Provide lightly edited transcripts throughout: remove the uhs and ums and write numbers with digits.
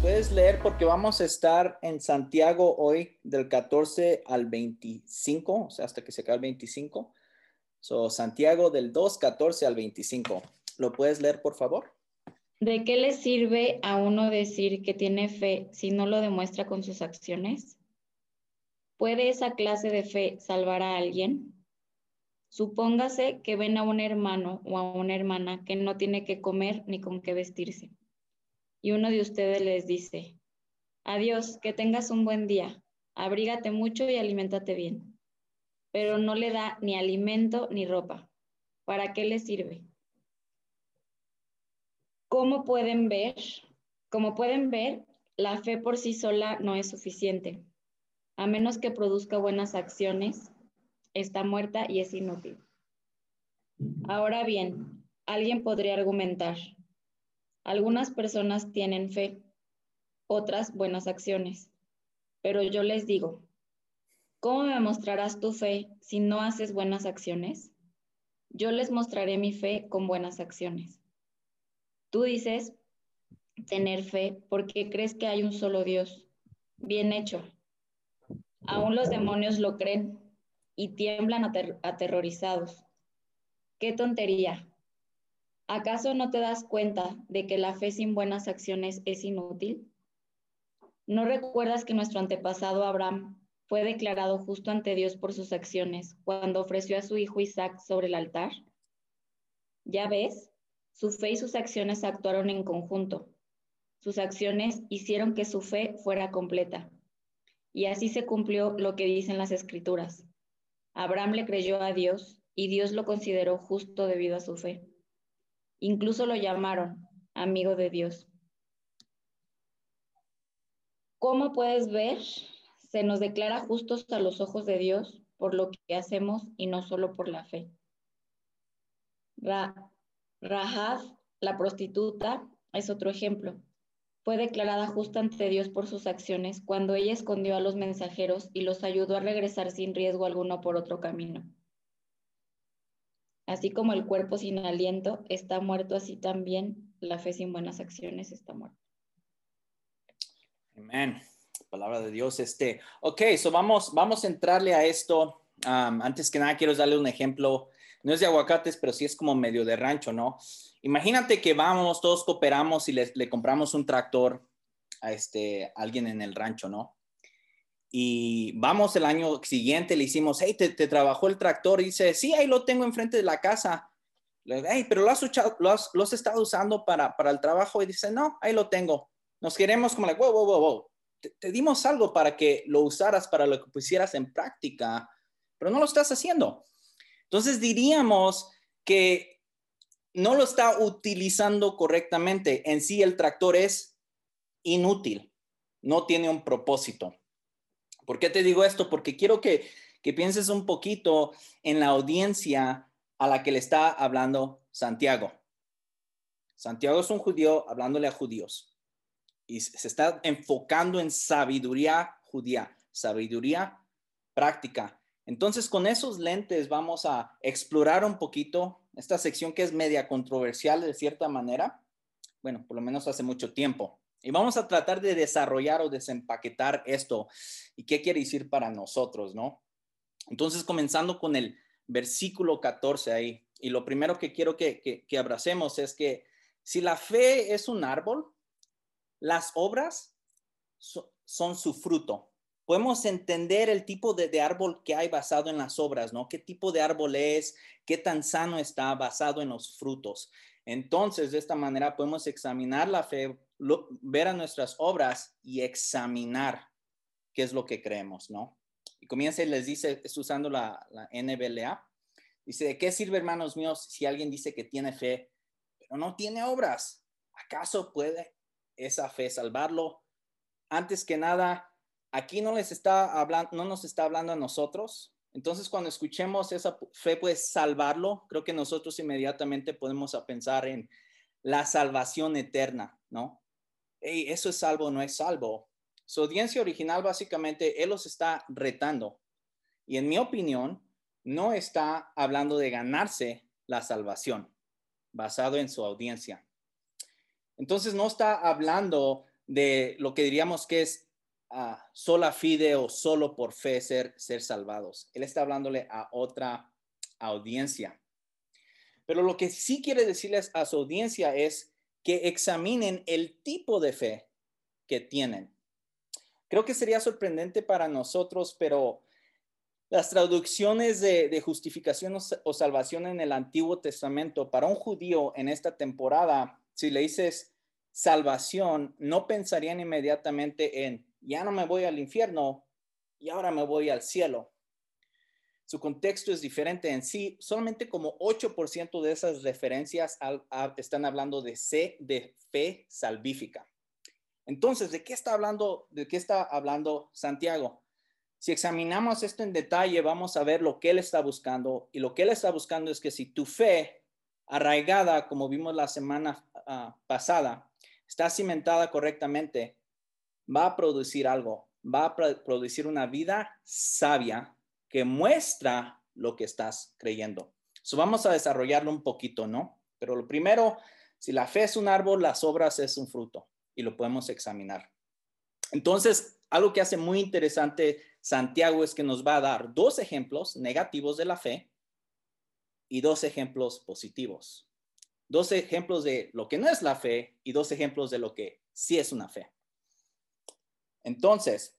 puedes leer porque vamos a estar en Santiago hoy del 14 al 25, o sea, hasta que se acabe el 25. Santiago del 2, 14 al 25. ¿Lo puedes leer, por favor? ¿De qué le sirve a uno decir que tiene fe si no lo demuestra con sus acciones? ¿Puede esa clase de fe salvar a alguien? Supóngase que ven a un hermano o a una hermana que no tiene que comer ni con qué vestirse. Y uno de ustedes les dice: adiós, que tengas un buen día, abrígate mucho y aliméntate bien. Pero no le da ni alimento ni ropa. ¿Para qué le sirve? Como pueden ver, la fe por sí sola no es suficiente. A menos que produzca buenas acciones, está muerta y es inútil. Ahora bien, alguien podría argumentar: algunas personas tienen fe, otras buenas acciones. Pero yo les digo, ¿cómo me mostrarás tu fe si no haces buenas acciones? Yo les mostraré mi fe con buenas acciones. Tú dices tener fe porque crees que hay un solo Dios. Bien hecho. Aún los demonios lo creen y tiemblan aterrorizados. ¡Qué tontería! ¿Acaso no te das cuenta de que la fe sin buenas acciones es inútil? ¿No recuerdas que nuestro antepasado Abraham fue declarado justo ante Dios por sus acciones cuando ofreció a su hijo Isaac sobre el altar? Ya ves, su fe y sus acciones actuaron en conjunto. Sus acciones hicieron que su fe fuera completa. Y así se cumplió lo que dicen las Escrituras. Abraham le creyó a Dios y Dios lo consideró justo debido a su fe. Incluso lo llamaron amigo de Dios. ¿Cómo puedes ver? Se nos declara justos a los ojos de Dios por lo que hacemos y no solo por la fe. Rahab, la prostituta, es otro ejemplo. Fue declarada justa ante Dios por sus acciones cuando ella escondió a los mensajeros y los ayudó a regresar sin riesgo alguno por otro camino. Así como el cuerpo sin aliento está muerto, así también la fe sin buenas acciones está muerta. Amén. Palabra de Dios. Ok, vamos a entrarle a esto. Antes que nada, quiero darle un ejemplo. No es de aguacates, pero sí es como medio de rancho, ¿no? Imagínate que vamos, todos cooperamos y le compramos un tractor a alguien en el rancho, ¿no? Y vamos el año siguiente, le hicimos, hey, te trabajó el tractor. Y dice, sí, ahí lo tengo enfrente de la casa. Hey, pero lo has estado usando para el trabajo. Y dice, no, ahí lo tengo. Nos queremos como, wow. Te dimos algo para que lo usaras, para lo que pusieras en práctica, pero no lo estás haciendo. Entonces diríamos que no lo está utilizando correctamente. En sí, el tractor es inútil, no tiene un propósito. ¿Por qué te digo esto? Porque quiero que pienses un poquito en la audiencia a la que le está hablando Santiago. Santiago es un judío hablándole a judíos y se está enfocando en sabiduría judía, sabiduría práctica. Entonces, con esos lentes vamos a explorar un poquito esta sección que es media controversial de cierta manera. Bueno, por lo menos hace mucho tiempo. Y vamos a tratar de desarrollar o desempaquetar esto y qué quiere decir para nosotros, ¿no? Entonces, comenzando con el versículo 14 ahí. Y lo primero que quiero que abracemos es que si la fe es un árbol, las obras son su fruto. Podemos entender el tipo de árbol que hay basado en las obras, ¿no? ¿Qué tipo de árbol es? ¿Qué tan sano está basado en los frutos? Entonces, de esta manera podemos examinar la fe, ver a nuestras obras y examinar qué es lo que creemos, ¿no? Y comienza y les dice, está usando la NBLA, dice, ¿de qué sirve, hermanos míos, si alguien dice que tiene fe, pero no tiene obras? ¿Acaso puede esa fe salvarlo? Antes que nada, aquí no nos está hablando a nosotros. Entonces, cuando escuchemos esa fe puede salvarlo, creo que nosotros inmediatamente podemos pensar en la salvación eterna, ¿no? Hey, ¿eso es salvo o no es salvo? Su audiencia original, básicamente, él los está retando. Y en mi opinión, no está hablando de ganarse la salvación, basado en su audiencia. Entonces, no está hablando de lo que diríamos que es sola fide o solo por fe ser salvados. Él está hablándole a otra audiencia. Pero lo que sí quiere decirles a su audiencia es que examinen el tipo de fe que tienen. Creo que sería sorprendente para nosotros, pero las traducciones de justificación o salvación en el Antiguo Testamento, para un judío en esta temporada, si le dices salvación, no pensarían inmediatamente en, ya no me voy al infierno y ahora me voy al cielo. Su contexto es diferente en sí. Solamente como 8% de esas referencias están hablando de fe salvífica. Entonces, ¿de qué está hablando Santiago? Si examinamos esto en detalle, vamos a ver lo que él está buscando. Y lo que él está buscando es que si tu fe arraigada, como vimos la semana pasada, está cimentada correctamente, va a producir algo. Va a producir una vida sabia que muestra lo que estás creyendo. So, vamos a desarrollarlo un poquito, ¿no? Pero lo primero, si la fe es un árbol, las obras es un fruto y lo podemos examinar. Entonces, algo que hace muy interesante Santiago es que nos va a dar 2 ejemplos negativos de la fe y 2 ejemplos positivos. 2 ejemplos de lo que no es la fe y 2 ejemplos de lo que sí es una fe. Entonces,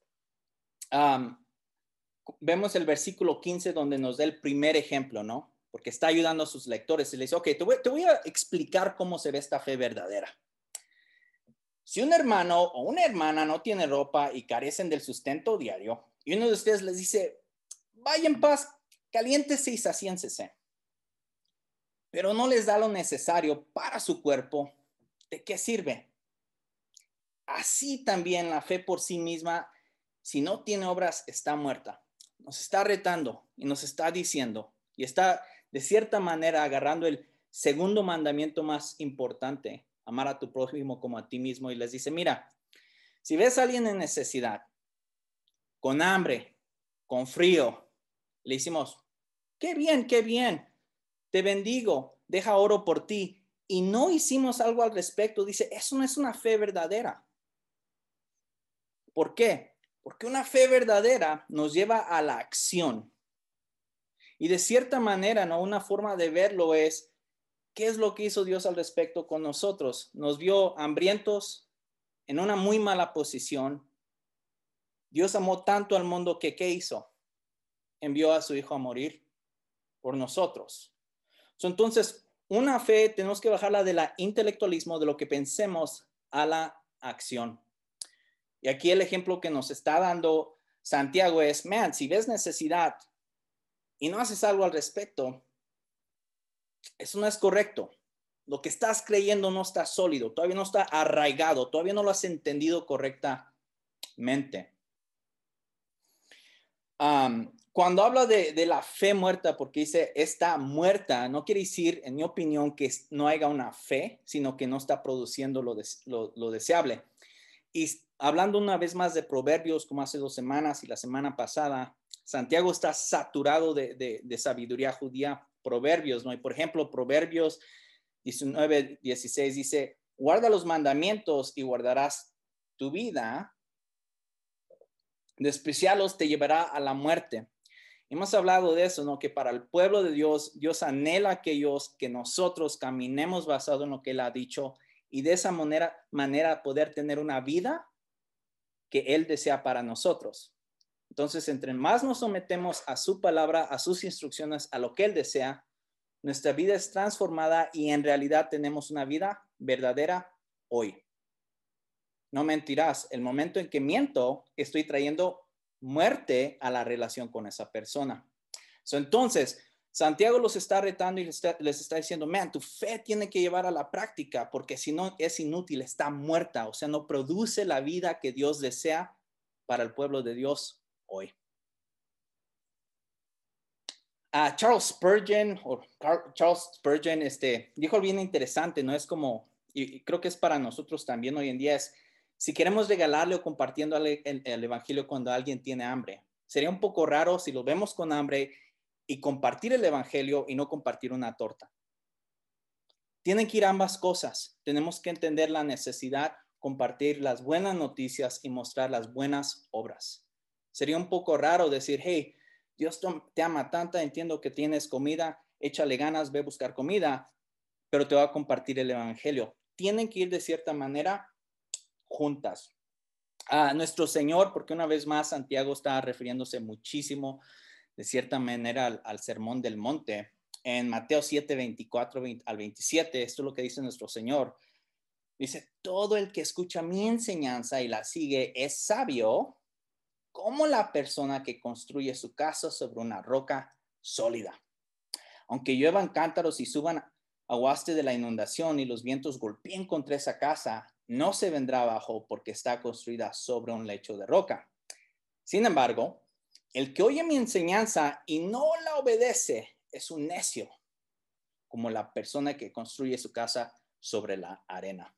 vemos el versículo 15 donde nos da el primer ejemplo, ¿no? Porque está ayudando a sus lectores y le dice, ok, te voy a explicar cómo se ve esta fe verdadera. Si un hermano o una hermana no tiene ropa y carecen del sustento diario, y uno de ustedes les dice, vaya en paz, caliéntese y saciénsese, pero no les da lo necesario para su cuerpo, ¿de qué sirve? Así también la fe por sí misma, si no tiene obras, está muerta. Nos está retando y nos está diciendo, y está de cierta manera agarrando el segundo mandamiento más importante, amar a tu prójimo como a ti mismo, y les dice, mira, si ves a alguien en necesidad, con hambre, con frío, le decimos, qué bien, te bendigo, deja oro por ti, y no hicimos algo al respecto, dice, eso no es una fe verdadera. ¿Por qué? Porque una fe verdadera nos lleva a la acción. Y de cierta manera, ¿no? Una forma de verlo es, ¿qué es lo que hizo Dios al respecto con nosotros? Nos vio hambrientos, en una muy mala posición. Dios amó tanto al mundo que, ¿qué hizo? Envió a su Hijo a morir por nosotros. Entonces, una fe tenemos que bajarla de la intelectualismo, de lo que pensemos, a la acción. Y aquí el ejemplo que nos está dando Santiago es, si ves necesidad y no haces algo al respecto, eso no es correcto. Lo que estás creyendo no está sólido, todavía no está arraigado, todavía no lo has entendido correctamente. Cuando habla de la fe muerta, porque dice está muerta, no quiere decir, en mi opinión, que no haya una fe, sino que no está produciendo lo deseable. Y hablando una vez más de Proverbios, como hace 2 semanas y la semana pasada, Santiago está saturado de sabiduría judía, Proverbios, ¿no? Y por ejemplo, Proverbios 19:16 dice, guarda los mandamientos y guardarás tu vida. Despreciarlos te llevará a la muerte. Hemos hablado de eso, ¿no? Que para el pueblo de Dios, Dios anhela que nosotros caminemos basado en lo que Él ha dicho y de esa manera poder tener una vida que Él desea para nosotros. Entonces, entre más nos sometemos a su palabra, a sus instrucciones, a lo que Él desea, nuestra vida es transformada y en realidad tenemos una vida verdadera hoy. No mentirás, el momento en que miento, estoy trayendo muerte a la relación con esa persona. Entonces, Santiago los está retando y les está diciendo, tu fe tiene que llevar a la práctica, porque si no es inútil, está muerta, o sea, no produce la vida que Dios desea para el pueblo de Dios hoy. Charles Spurgeon dijo algo bien interesante, ¿no? Es como, y creo que es para nosotros también hoy en día, es si queremos regalarle o compartiéndole el evangelio cuando alguien tiene hambre. Sería un poco raro si lo vemos con hambre y compartir el evangelio y no compartir una torta. Tienen que ir ambas cosas. Tenemos que entender la necesidad compartir las buenas noticias y mostrar las buenas obras. Sería un poco raro decir, hey, Dios te ama tanto, entiendo que tienes comida, échale ganas, ve a buscar comida, pero te va a compartir el evangelio. Tienen que ir de cierta manera juntas. Nuestro Señor, porque una vez más Santiago está refiriéndose muchísimo de cierta manera al Sermón del Monte. En Mateo 7, 24 al 27, esto es lo que dice nuestro Señor. Dice, todo el que escucha mi enseñanza y la sigue es sabio como la persona que construye su casa sobre una roca sólida. Aunque lluevan cántaros y suban aguaste de la inundación y los vientos golpeen contra esa casa, no se vendrá abajo porque está construida sobre un lecho de roca. Sin embargo, el que oye mi enseñanza y no la obedece es un necio, como la persona que construye su casa sobre la arena.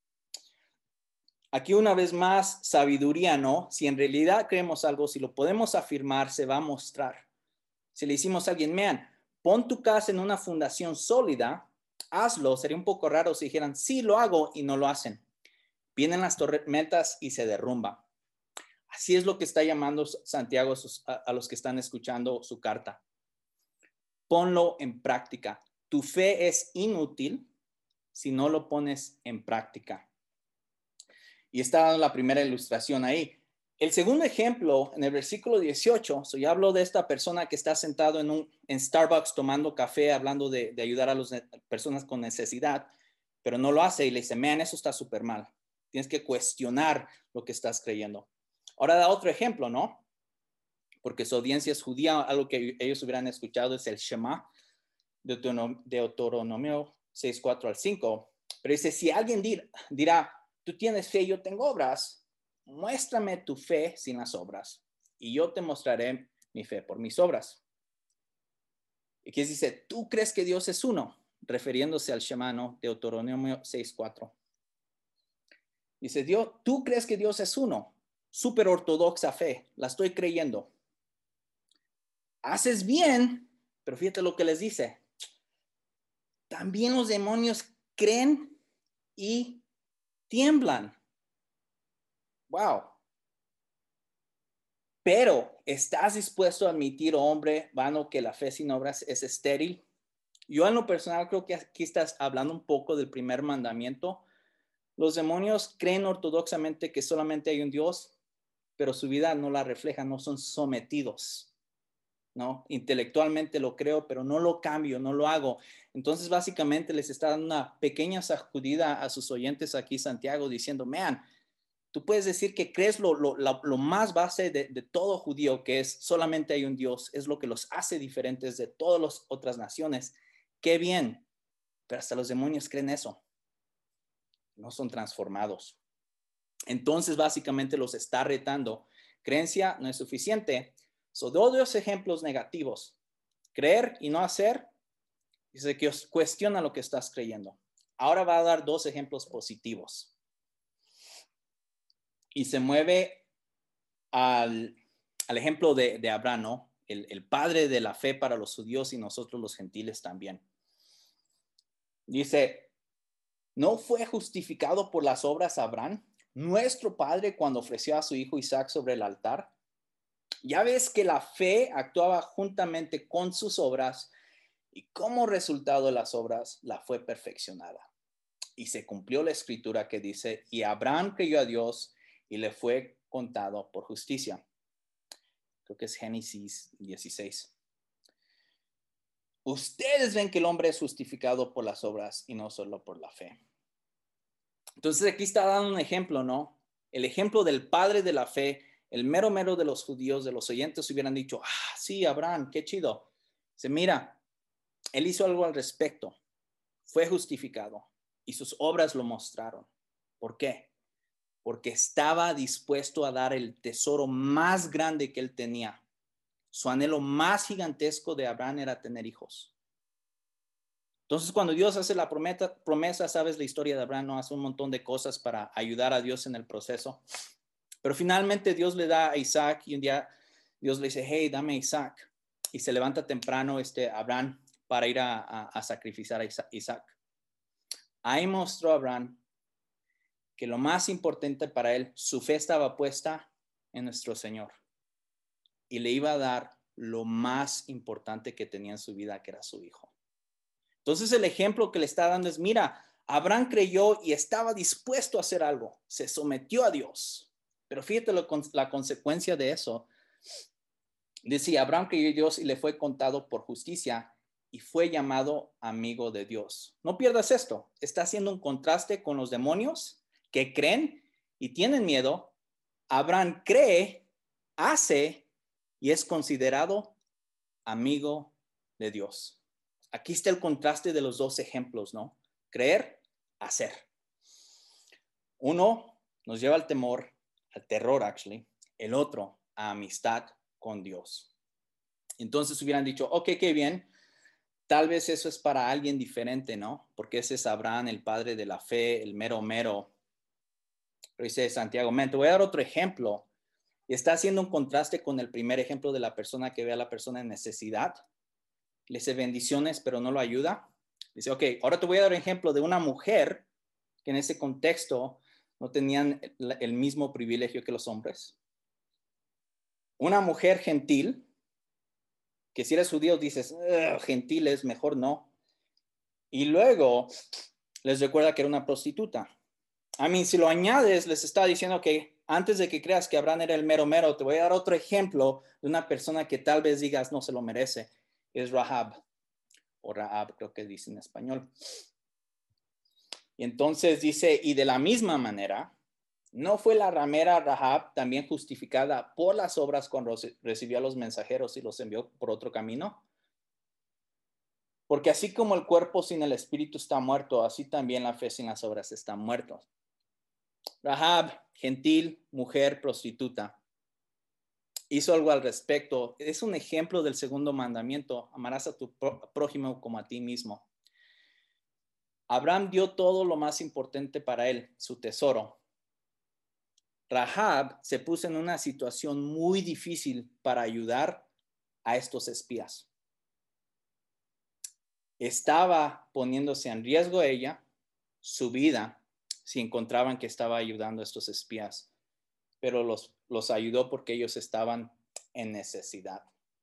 Aquí una vez más, sabiduría, ¿no? Si en realidad creemos algo, si lo podemos afirmar, se va a mostrar. Si le decimos a alguien, man, pon tu casa en una fundación sólida, hazlo. Sería un poco raro si dijeran, sí, lo hago y no lo hacen. Vienen las tormentas y se derrumba. Así es lo que está llamando Santiago a los que están escuchando su carta. Ponlo en práctica. Tu fe es inútil si no lo pones en práctica. Y está dando la primera ilustración ahí. El segundo ejemplo, en el versículo 18, ya hablo de esta persona que está sentado en Starbucks tomando café, hablando de ayudar a las personas con necesidad, pero no lo hace y le dice, man, eso está súper mal. Tienes que cuestionar lo que estás creyendo. Ahora da otro ejemplo, ¿no? Porque su audiencia es judía, algo que ellos hubieran escuchado es el Shema, Deuteronomio 6, 4 al 5. Pero dice, si alguien dirá, tú tienes fe, yo tengo obras, muéstrame tu fe sin las obras, y yo te mostraré mi fe por mis obras. Y aquí dice, ¿tú crees que Dios es uno? Refiriéndose al Shema, ¿no? Deuteronomio 6:4. Dice, Dios, ¿tú crees que Dios es uno? Súper ortodoxa fe, la estoy creyendo. Haces bien, pero fíjate lo que les dice. También los demonios creen y tiemblan. Wow. Pero, ¿estás dispuesto a admitir, hombre vano, que la fe sin obras es estéril? Yo en lo personal creo que aquí estás hablando un poco del primer mandamiento. Los demonios creen ortodoxamente que solamente hay un Dios, pero su vida no la refleja, no son sometidos, ¿no? Intelectualmente lo creo, pero no lo cambio, no lo hago. Entonces, básicamente les está dando una pequeña sacudida a sus oyentes aquí, Santiago, diciendo, man, tú puedes decir que crees lo más base de todo judío, que es solamente hay un Dios, es lo que los hace diferentes de todas las otras naciones. Qué bien, pero hasta los demonios creen eso. No son transformados. Entonces, básicamente los está retando. Creencia no es suficiente. Dos ejemplos negativos. Creer y no hacer. Dice que cuestiona lo que estás creyendo. Ahora va a dar dos ejemplos positivos. Y se mueve al ejemplo de Abraham, ¿no? El padre de la fe para los judíos y nosotros los gentiles también. Dice, ¿no fue justificado por las obras Abraham, nuestro padre, cuando ofreció a su hijo Isaac sobre el altar? Ya ves que la fe actuaba juntamente con sus obras y como resultado de las obras la fue perfeccionada. Y se cumplió la escritura que dice, y Abraham creyó a Dios y le fue contado por justicia. Creo que es Génesis 16. Ustedes ven que el hombre es justificado por las obras y no solo por la fe. Entonces aquí está dando un ejemplo, ¿no? El ejemplo del padre de la fe, el mero mero de los judíos, de los oyentes hubieran dicho, sí, Abraham, qué chido. Dice, mira, él hizo algo al respecto, fue justificado y sus obras lo mostraron. ¿Por qué? Porque estaba dispuesto a dar el tesoro más grande que él tenía. Su anhelo más gigantesco de Abraham era tener hijos. Entonces, cuando Dios hace la promesa, sabes la historia de Abraham, ¿no? Hace un montón de cosas para ayudar a Dios en el proceso. Pero finalmente Dios le da a Isaac y un día Dios le dice, hey, dame a Isaac. Y se levanta temprano Abraham para ir a sacrificar a Isaac. Ahí mostró Abraham que lo más importante para él, su fe estaba puesta en nuestro Señor. Y le iba a dar lo más importante que tenía en su vida, que era su hijo. Entonces el ejemplo que le está dando es, mira, Abraham creyó y estaba dispuesto a hacer algo. Se sometió a Dios. Pero fíjate la consecuencia de eso. Decía, Abraham creyó en Dios y le fue contado por justicia y fue llamado amigo de Dios. No pierdas esto. Está haciendo un contraste con los demonios que creen y tienen miedo. Abraham cree, hace y es considerado amigo de Dios. Aquí está el contraste de los dos ejemplos, ¿no? Creer, hacer. Uno nos lleva al temor, al terror, actually. El otro, a amistad con Dios. Entonces hubieran dicho, ok, qué bien. Tal vez eso es para alguien diferente, ¿no? Porque ese es Abraham, el padre de la fe, el mero mero. Pero dice Santiago, te voy a dar otro ejemplo. Y está haciendo un contraste con el primer ejemplo de la persona que ve a la persona en necesidad. Le hace bendiciones, pero no lo ayuda. Dice, ok, ahora te voy a dar un ejemplo de una mujer que en ese contexto no tenían el mismo privilegio que los hombres. Una mujer gentil, que si eres judío dices, gentiles, mejor no. Y luego les recuerda que era una prostituta. Si lo añades, les está diciendo que antes de que creas que Abraham era el mero mero, te voy a dar otro ejemplo de una persona que tal vez digas no se lo merece. Es Rahab, o Rahab creo que dice en español. Y entonces dice, y de la misma manera, ¿no fue la ramera Rahab también justificada por las obras cuando recibió a los mensajeros y los envió por otro camino? Porque así como el cuerpo sin el espíritu está muerto, así también la fe sin las obras está muerta. Rahab, gentil, mujer, prostituta, hizo algo al respecto. Es un ejemplo del segundo mandamiento, amarás a tu prójimo como a ti mismo. Abraham dio todo lo más importante para él, su tesoro. Rahab se puso en una situación muy difícil para ayudar a estos espías. Estaba poniéndose en riesgo ella, su vida, si encontraban que estaba ayudando a estos espías, pero los ayudó porque ellos estaban en necesidad.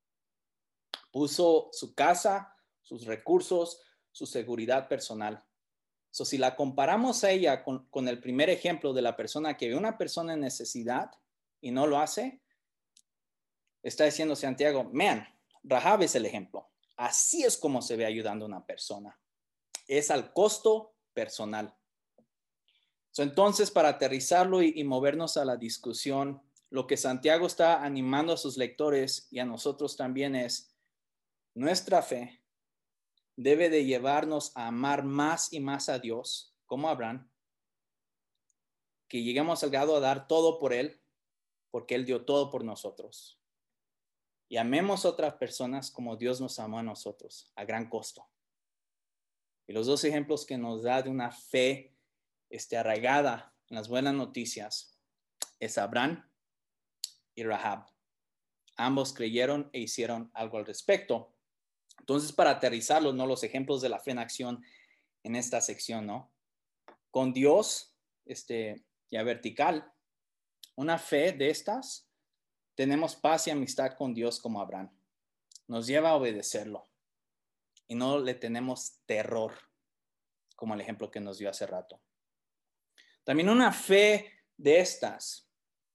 Puso su casa, sus recursos, su seguridad personal. Si la comparamos a ella con el primer ejemplo de la persona que ve a una persona en necesidad y no lo hace, está diciendo Santiago, Rahab es el ejemplo. Así es como se ve ayudando a una persona. Es al costo personal. Entonces, para aterrizarlo y movernos a la discusión, lo que Santiago está animando a sus lectores y a nosotros también es, nuestra fe debe de llevarnos a amar más y más a Dios, como Abraham, que lleguemos al grado a dar todo por Él, porque Él dio todo por nosotros. Y amemos a otras personas como Dios nos amó a nosotros, a gran costo. Y los dos ejemplos que nos da de una fe arraigada en las buenas noticias es Abraham y Rahab. Ambos creyeron e hicieron algo al respecto. Entonces, para aterrizarlos, ¿no? Los ejemplos de la fe en acción en esta sección, ¿no? Con Dios, ya vertical, una fe de estas, tenemos paz y amistad con Dios como Abraham. Nos lleva a obedecerlo y no le tenemos terror, como el ejemplo que nos dio hace rato. También una fe de estas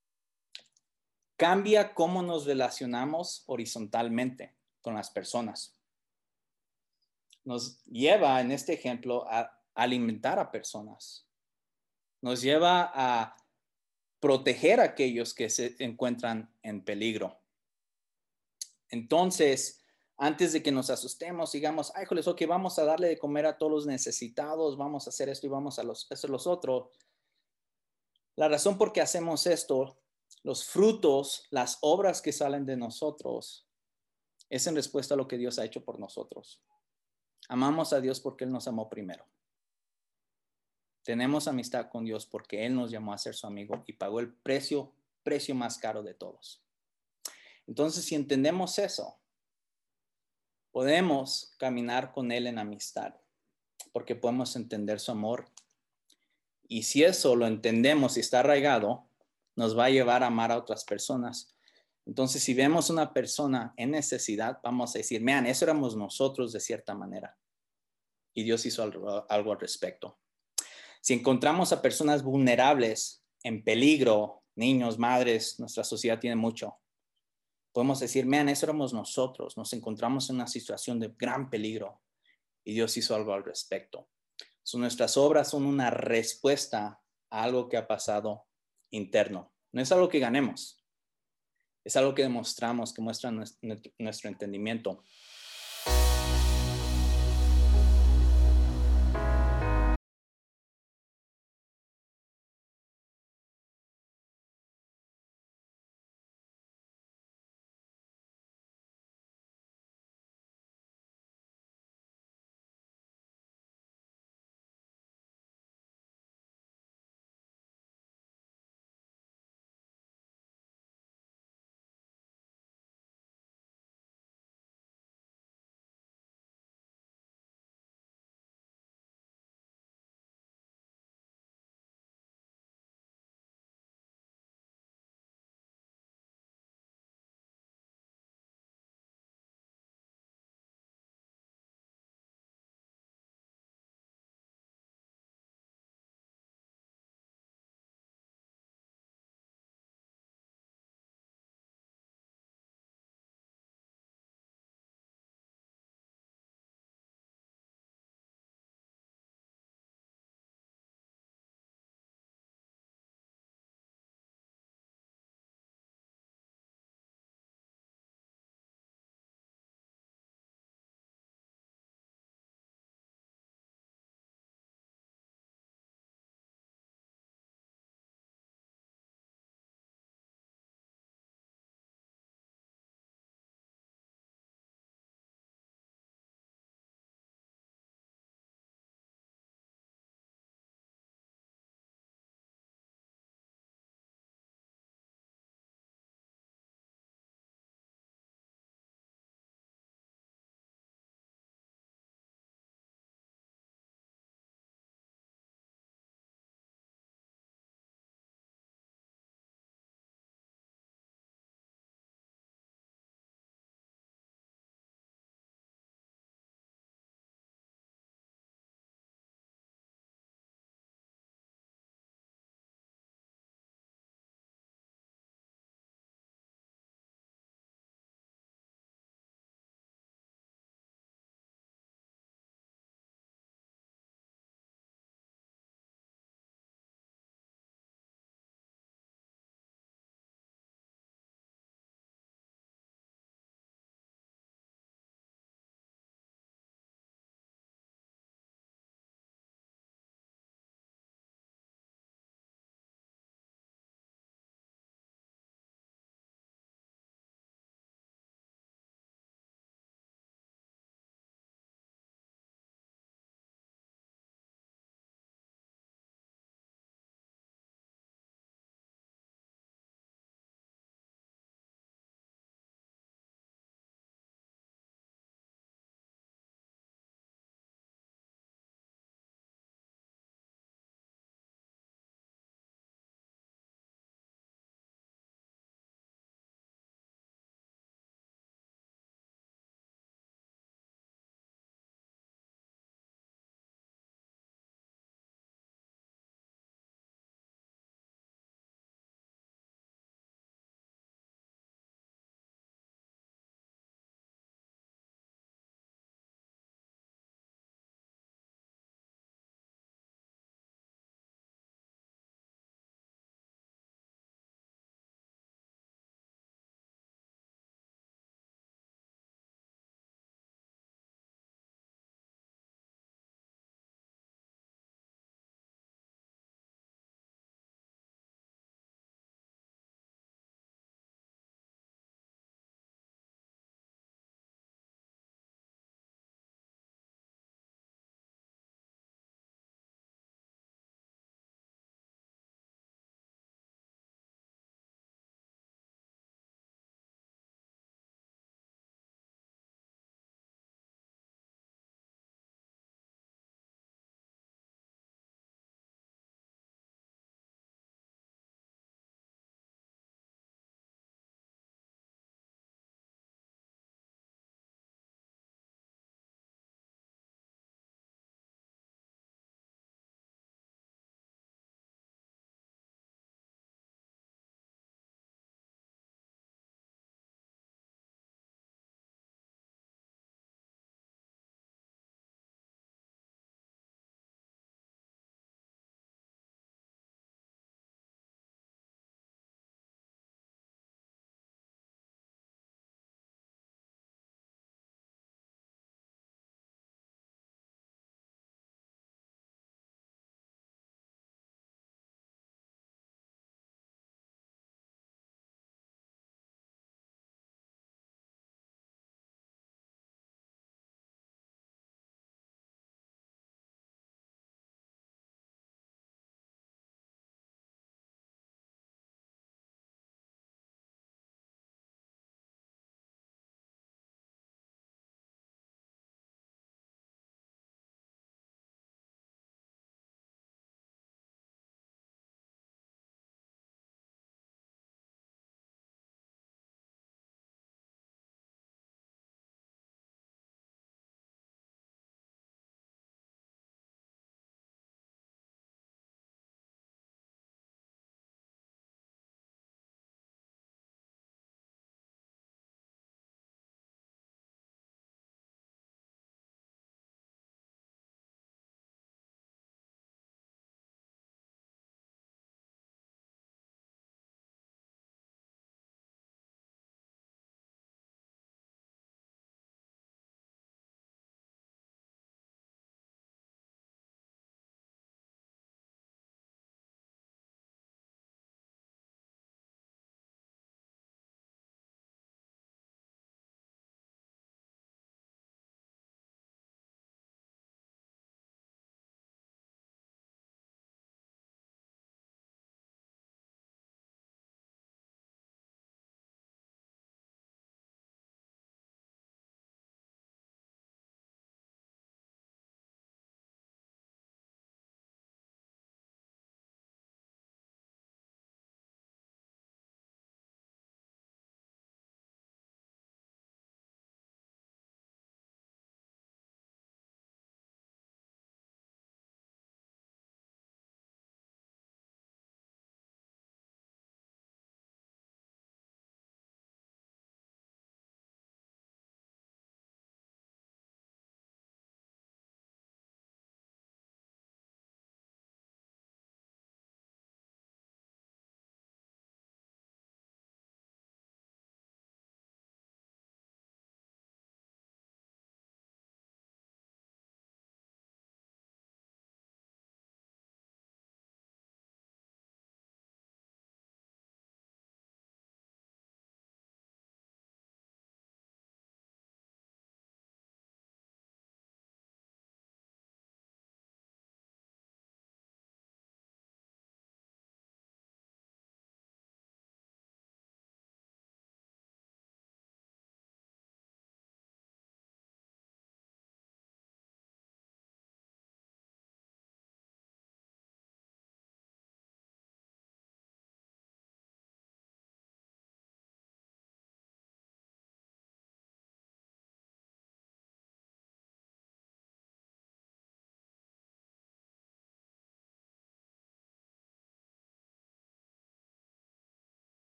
cambia cómo nos relacionamos horizontalmente con las personas. Nos lleva, en este ejemplo, a alimentar a personas. Nos lleva a proteger a aquellos que se encuentran en peligro. Entonces, antes de que nos asustemos, digamos, ay, joles, ok, vamos a darle de comer a todos los necesitados, vamos a hacer esto y vamos a hacer los otros. La razón por qué hacemos esto, los frutos, las obras que salen de nosotros, es en respuesta a lo que Dios ha hecho por nosotros. Amamos a Dios porque Él nos amó primero. Tenemos amistad con Dios porque Él nos llamó a ser su amigo y pagó el precio más caro de todos. Entonces, si entendemos eso, podemos caminar con Él en amistad porque podemos entender su amor Y si eso lo entendemos y está arraigado, nos va a llevar a amar a otras personas. Entonces, si vemos una persona en necesidad, vamos a decir, man, eso éramos nosotros de cierta manera. Y Dios hizo algo al respecto. Si encontramos a personas vulnerables, en peligro, niños, madres, nuestra sociedad tiene mucho. Podemos decir, man, eso éramos nosotros. Nos encontramos en una situación de gran peligro y Dios hizo algo al respecto. Nuestras obras son una respuesta a algo que ha pasado interno. No es algo que ganemos. Es algo que demostramos, que muestra nuestro entendimiento.